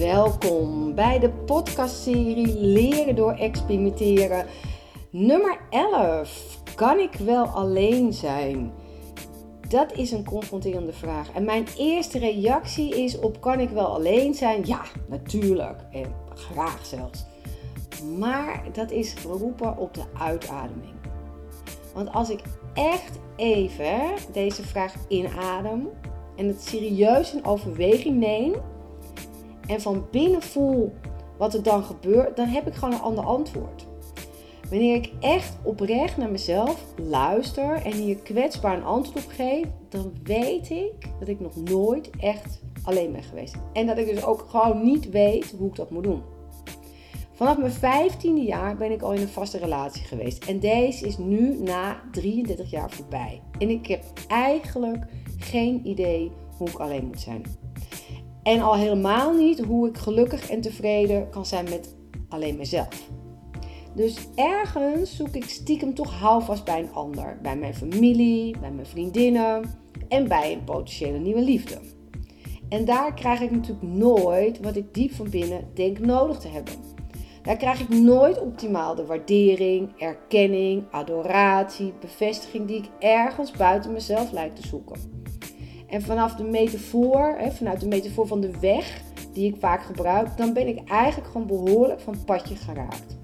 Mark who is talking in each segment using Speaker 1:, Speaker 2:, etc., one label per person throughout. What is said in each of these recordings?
Speaker 1: Welkom bij de podcastserie Leren door Experimenteren. Nummer 11. Kan ik wel alleen zijn? Dat is een confronterende vraag. En mijn eerste reactie is op kan ik wel alleen zijn? Ja, natuurlijk. En graag zelfs. Maar dat is geroepen op de uitademing. Want als ik echt even deze vraag inadem en het serieus in overweging neem en van binnen voel wat er dan gebeurt, dan heb ik gewoon een ander antwoord. Wanneer ik echt oprecht naar mezelf luister en hier kwetsbaar een antwoord op geef, dan weet ik dat ik nog nooit echt alleen ben geweest. En dat ik dus ook gewoon niet weet hoe ik dat moet doen. Vanaf mijn 15e jaar ben ik al in een vaste relatie geweest. En deze is nu na 33 jaar voorbij. En ik heb eigenlijk geen idee hoe ik alleen moet zijn. En al helemaal niet hoe ik gelukkig en tevreden kan zijn met alleen mezelf. Dus ergens zoek ik stiekem toch houvast bij een ander. Bij mijn familie, bij mijn vriendinnen en bij een potentiële nieuwe liefde. En daar krijg ik natuurlijk nooit wat ik diep van binnen denk nodig te hebben. Daar krijg ik nooit optimaal de waardering, erkenning, adoratie, bevestiging die ik ergens buiten mezelf lijkt te zoeken. En vanuit de metafoor van de weg die ik vaak gebruik, dan ben ik eigenlijk gewoon behoorlijk van het padje geraakt.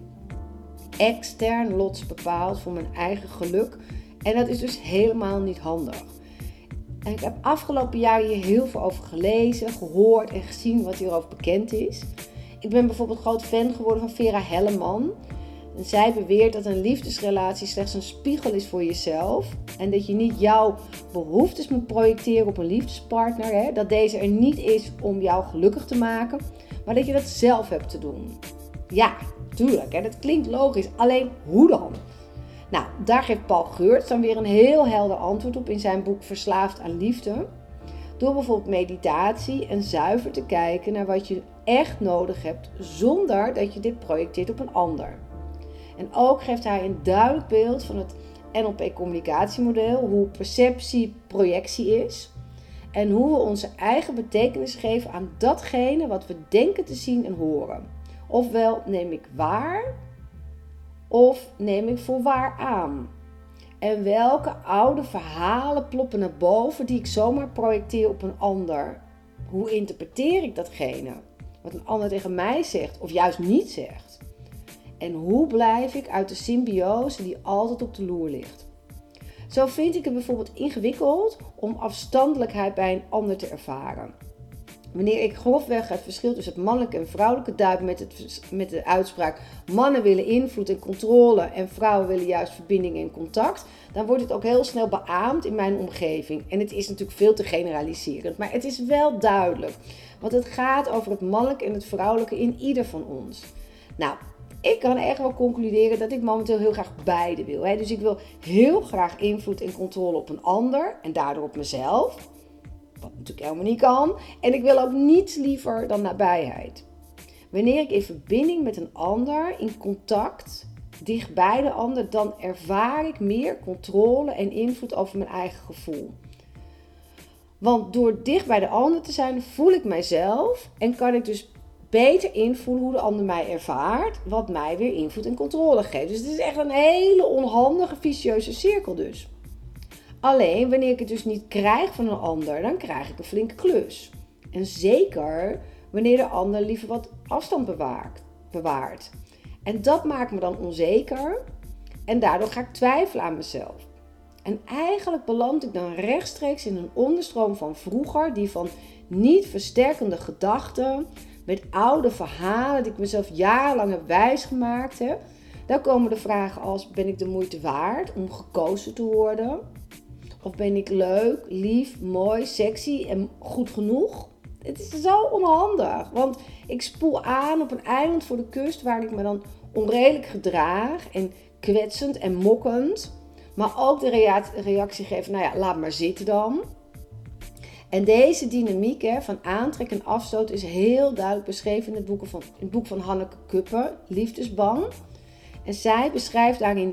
Speaker 1: Extern lots bepaald voor mijn eigen geluk en dat is dus helemaal niet handig. En ik heb afgelopen jaren hier heel veel over gelezen, gehoord en gezien wat hierover bekend is. Ik ben bijvoorbeeld groot fan geworden van Vera Helleman. En zij beweert dat een liefdesrelatie slechts een spiegel is voor jezelf. En dat je niet jouw behoeftes moet projecteren op een liefdespartner. Hè? Dat deze er niet is om jou gelukkig te maken. Maar dat je dat zelf hebt te doen. Ja, tuurlijk. Hè? Dat klinkt logisch. Alleen hoe dan? Nou, daar geeft Paul Geurts dan weer een heel helder antwoord op in zijn boek Verslaafd aan Liefde. Door bijvoorbeeld meditatie en zuiver te kijken naar wat je echt nodig hebt, zonder dat je dit projecteert op een ander. En ook geeft hij een duidelijk beeld van het NLP-communicatiemodel, hoe perceptie projectie is en hoe we onze eigen betekenis geven aan datgene wat we denken te zien en horen. Ofwel neem ik waar of neem ik voor waar aan. En welke oude verhalen ploppen naar boven die ik zomaar projecteer op een ander? Hoe interpreteer ik datgene wat een ander tegen mij zegt of juist niet zegt? En hoe blijf ik uit de symbiose die altijd op de loer ligt? Zo vind ik het bijvoorbeeld ingewikkeld om afstandelijkheid bij een ander te ervaren. Wanneer ik grofweg het verschil tussen het mannelijke en vrouwelijke duik met de uitspraak mannen willen invloed en controle en vrouwen willen juist verbinding en contact, dan wordt het ook heel snel beaamd in mijn omgeving. En het is natuurlijk veel te generaliserend, maar het is wel duidelijk. Want het gaat over het mannelijke en het vrouwelijke in ieder van ons. Nou, ik kan echt wel concluderen dat ik momenteel heel graag beide wil. Hè? Dus ik wil heel graag invloed en controle op een ander en daardoor op mezelf. Wat natuurlijk helemaal niet kan. En ik wil ook niets liever dan nabijheid. Wanneer ik in verbinding met een ander, in contact, dicht bij de ander, dan ervaar ik meer controle en invloed over mijn eigen gevoel. Want door dicht bij de ander te zijn, voel ik mijzelf en kan ik dus beter invoelen hoe de ander mij ervaart, wat mij weer invloed en controle geeft. Dus het is echt een hele onhandige, vicieuze cirkel dus. Alleen wanneer ik het dus niet krijg van een ander, dan krijg ik een flinke klus. En zeker wanneer de ander liever wat afstand bewaart. En dat maakt me dan onzeker en daardoor ga ik twijfelen aan mezelf. En eigenlijk beland ik dan rechtstreeks in een onderstroom van vroeger, die van niet versterkende gedachten, met oude verhalen die ik mezelf jarenlang heb wijsgemaakt heb. Daar komen de vragen als, ben ik de moeite waard om gekozen te worden? Of ben ik leuk, lief, mooi, sexy en goed genoeg? Het is zo onhandig, want ik spoel aan op een eiland voor de kust waar ik me dan onredelijk gedraag en kwetsend en mokkend. Maar ook de reactie geef, nou ja, laat maar zitten dan. En deze dynamiek van aantrek en afstoot is heel duidelijk beschreven in het boek van Hanneke Kuppen, Liefdesbang. En zij beschrijft daarin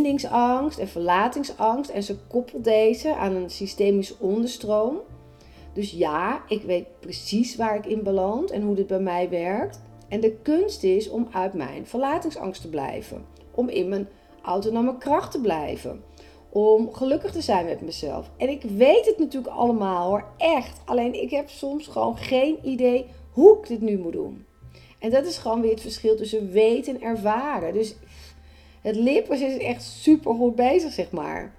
Speaker 1: bindingsangst en verlatingsangst en ze koppelt deze aan een systemische onderstroom. Dus ja, ik weet precies waar ik in beland en hoe dit bij mij werkt. En de kunst is om uit mijn verlatingsangst te blijven. Om in mijn autonome kracht te blijven. Om gelukkig te zijn met mezelf. En ik weet het natuurlijk allemaal hoor, echt. Alleen ik heb soms gewoon geen idee hoe ik dit nu moet doen. En dat is gewoon weer het verschil tussen weten en ervaren. Dus het leerproces is echt super goed bezig, zeg maar.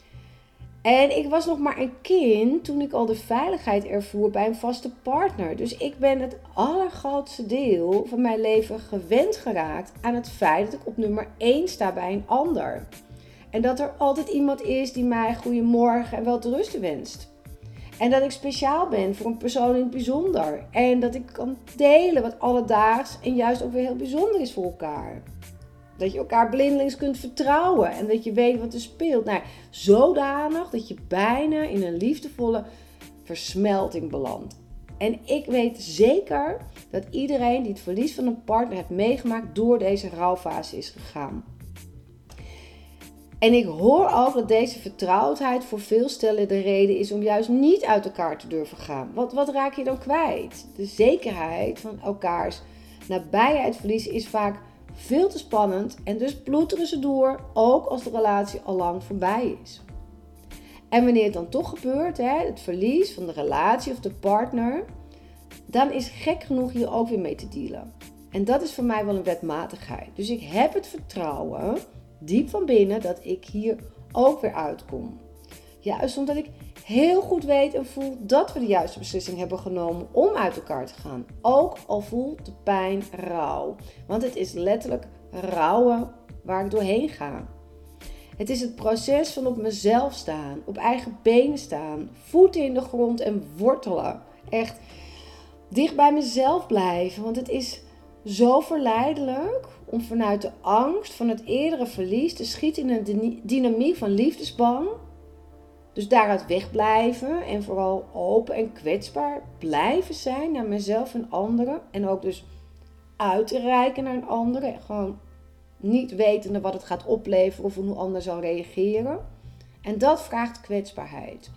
Speaker 1: En ik was nog maar een kind toen ik al de veiligheid ervoer bij een vaste partner. Dus ik ben het allergrootste deel van mijn leven gewend geraakt aan het feit dat ik op nummer 1 sta bij een ander. En dat er altijd iemand is die mij goeiemorgen en welterusten wenst. En dat ik speciaal ben voor een persoon in het bijzonder. En dat ik kan delen wat alledaags en juist ook weer heel bijzonder is voor elkaar. Dat je elkaar blindelings kunt vertrouwen en dat je weet wat er speelt. Nou, zodanig dat je bijna in een liefdevolle versmelting belandt. En ik weet zeker dat iedereen die het verlies van een partner heeft meegemaakt door deze rouwfase is gegaan. En ik hoor ook dat deze vertrouwdheid voor veel stellen de reden is om juist niet uit elkaar te durven gaan. Wat raak je dan kwijt? De zekerheid van elkaars nabijheid verliezen is vaak veel te spannend en dus ploeteren ze door, ook als de relatie al lang voorbij is. En wanneer het dan toch gebeurt, het verlies van de relatie of de partner, dan is gek genoeg hier ook weer mee te dealen. En dat is voor mij wel een wetmatigheid. Dus ik heb het vertrouwen, diep van binnen, dat ik hier ook weer uitkom. Juist omdat ik heel goed weet en voel dat we de juiste beslissing hebben genomen om uit elkaar te gaan. Ook al voelt de pijn rauw. Want het is letterlijk rouwen waar ik doorheen ga. Het is het proces van op mezelf staan, op eigen benen staan, voeten in de grond en wortelen. Echt dicht bij mezelf blijven, want het is zo verleidelijk om vanuit de angst van het eerdere verlies te schieten in een dynamiek van liefdesbang. Dus daaruit wegblijven en vooral open en kwetsbaar blijven zijn naar mezelf en anderen. En ook dus uit te reiken naar een ander. En gewoon niet wetende wat het gaat opleveren of hoe een ander zal reageren. En dat vraagt kwetsbaarheid.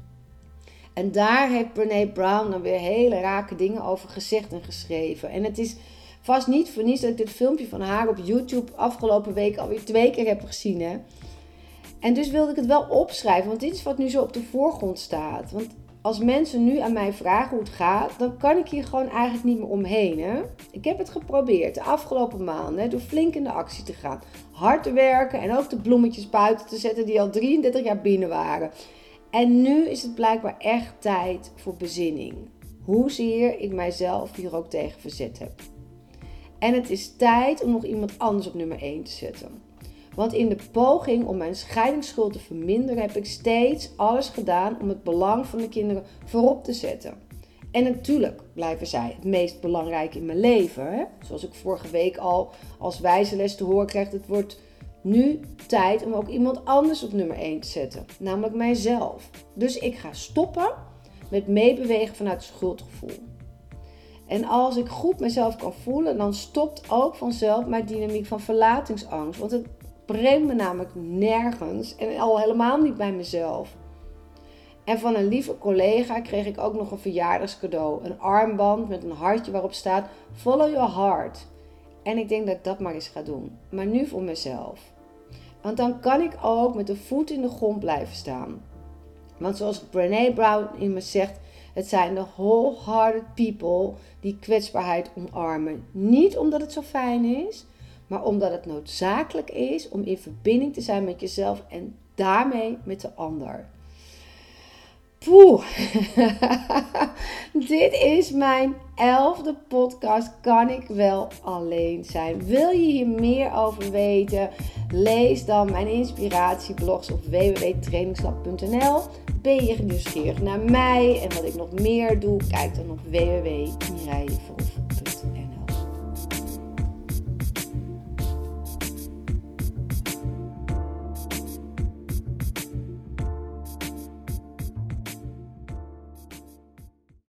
Speaker 1: En daar heeft Brené Brown dan weer hele rake dingen over gezegd en geschreven. En het is vast niet voor niets dat ik dit filmpje van haar op YouTube afgelopen week alweer 2 keer heb gezien. Hè? En dus wilde ik het wel opschrijven, want dit is wat nu zo op de voorgrond staat. Want als mensen nu aan mij vragen hoe het gaat, dan kan ik hier gewoon eigenlijk niet meer omheen. Hè? Ik heb het geprobeerd de afgelopen maanden door flink in de actie te gaan. Hard te werken en ook de bloemetjes buiten te zetten die al 33 jaar binnen waren. En nu is het blijkbaar echt tijd voor bezinning. Hoezeer ik mijzelf hier ook tegen verzet heb. En het is tijd om nog iemand anders op nummer 1 te zetten. Want in de poging om mijn scheidingsschuld te verminderen heb ik steeds alles gedaan om het belang van de kinderen voorop te zetten. En natuurlijk blijven zij het meest belangrijk in mijn leven. Hè? Zoals ik vorige week al als wijze les te horen kreeg, het wordt nu tijd om ook iemand anders op nummer 1 te zetten. Namelijk mijzelf. Dus ik ga stoppen met meebewegen vanuit schuldgevoel. En als ik goed mezelf kan voelen, dan stopt ook vanzelf mijn dynamiek van verlatingsangst. Want het brengt me namelijk nergens en al helemaal niet bij mezelf. En van een lieve collega kreeg ik ook nog een verjaardagscadeau. Een armband met een hartje waarop staat Follow your heart. En ik denk dat ik dat maar eens ga doen. Maar nu voor mezelf. Want dan kan ik ook met de voet in de grond blijven staan. Want zoals Brené Brown in me zegt, het zijn de wholehearted people die kwetsbaarheid omarmen. Niet omdat het zo fijn is, maar omdat het noodzakelijk is om in verbinding te zijn met jezelf en daarmee met de ander. Poeh, dit is mijn 11e podcast. Kan ik wel alleen zijn? Wil je hier meer over weten? Lees dan mijn inspiratieblogs op www.trainingslab.nl. Ben je nieuwsgierig naar mij en wat ik nog meer doe? Kijk dan op www.mireilleverhoef.nl.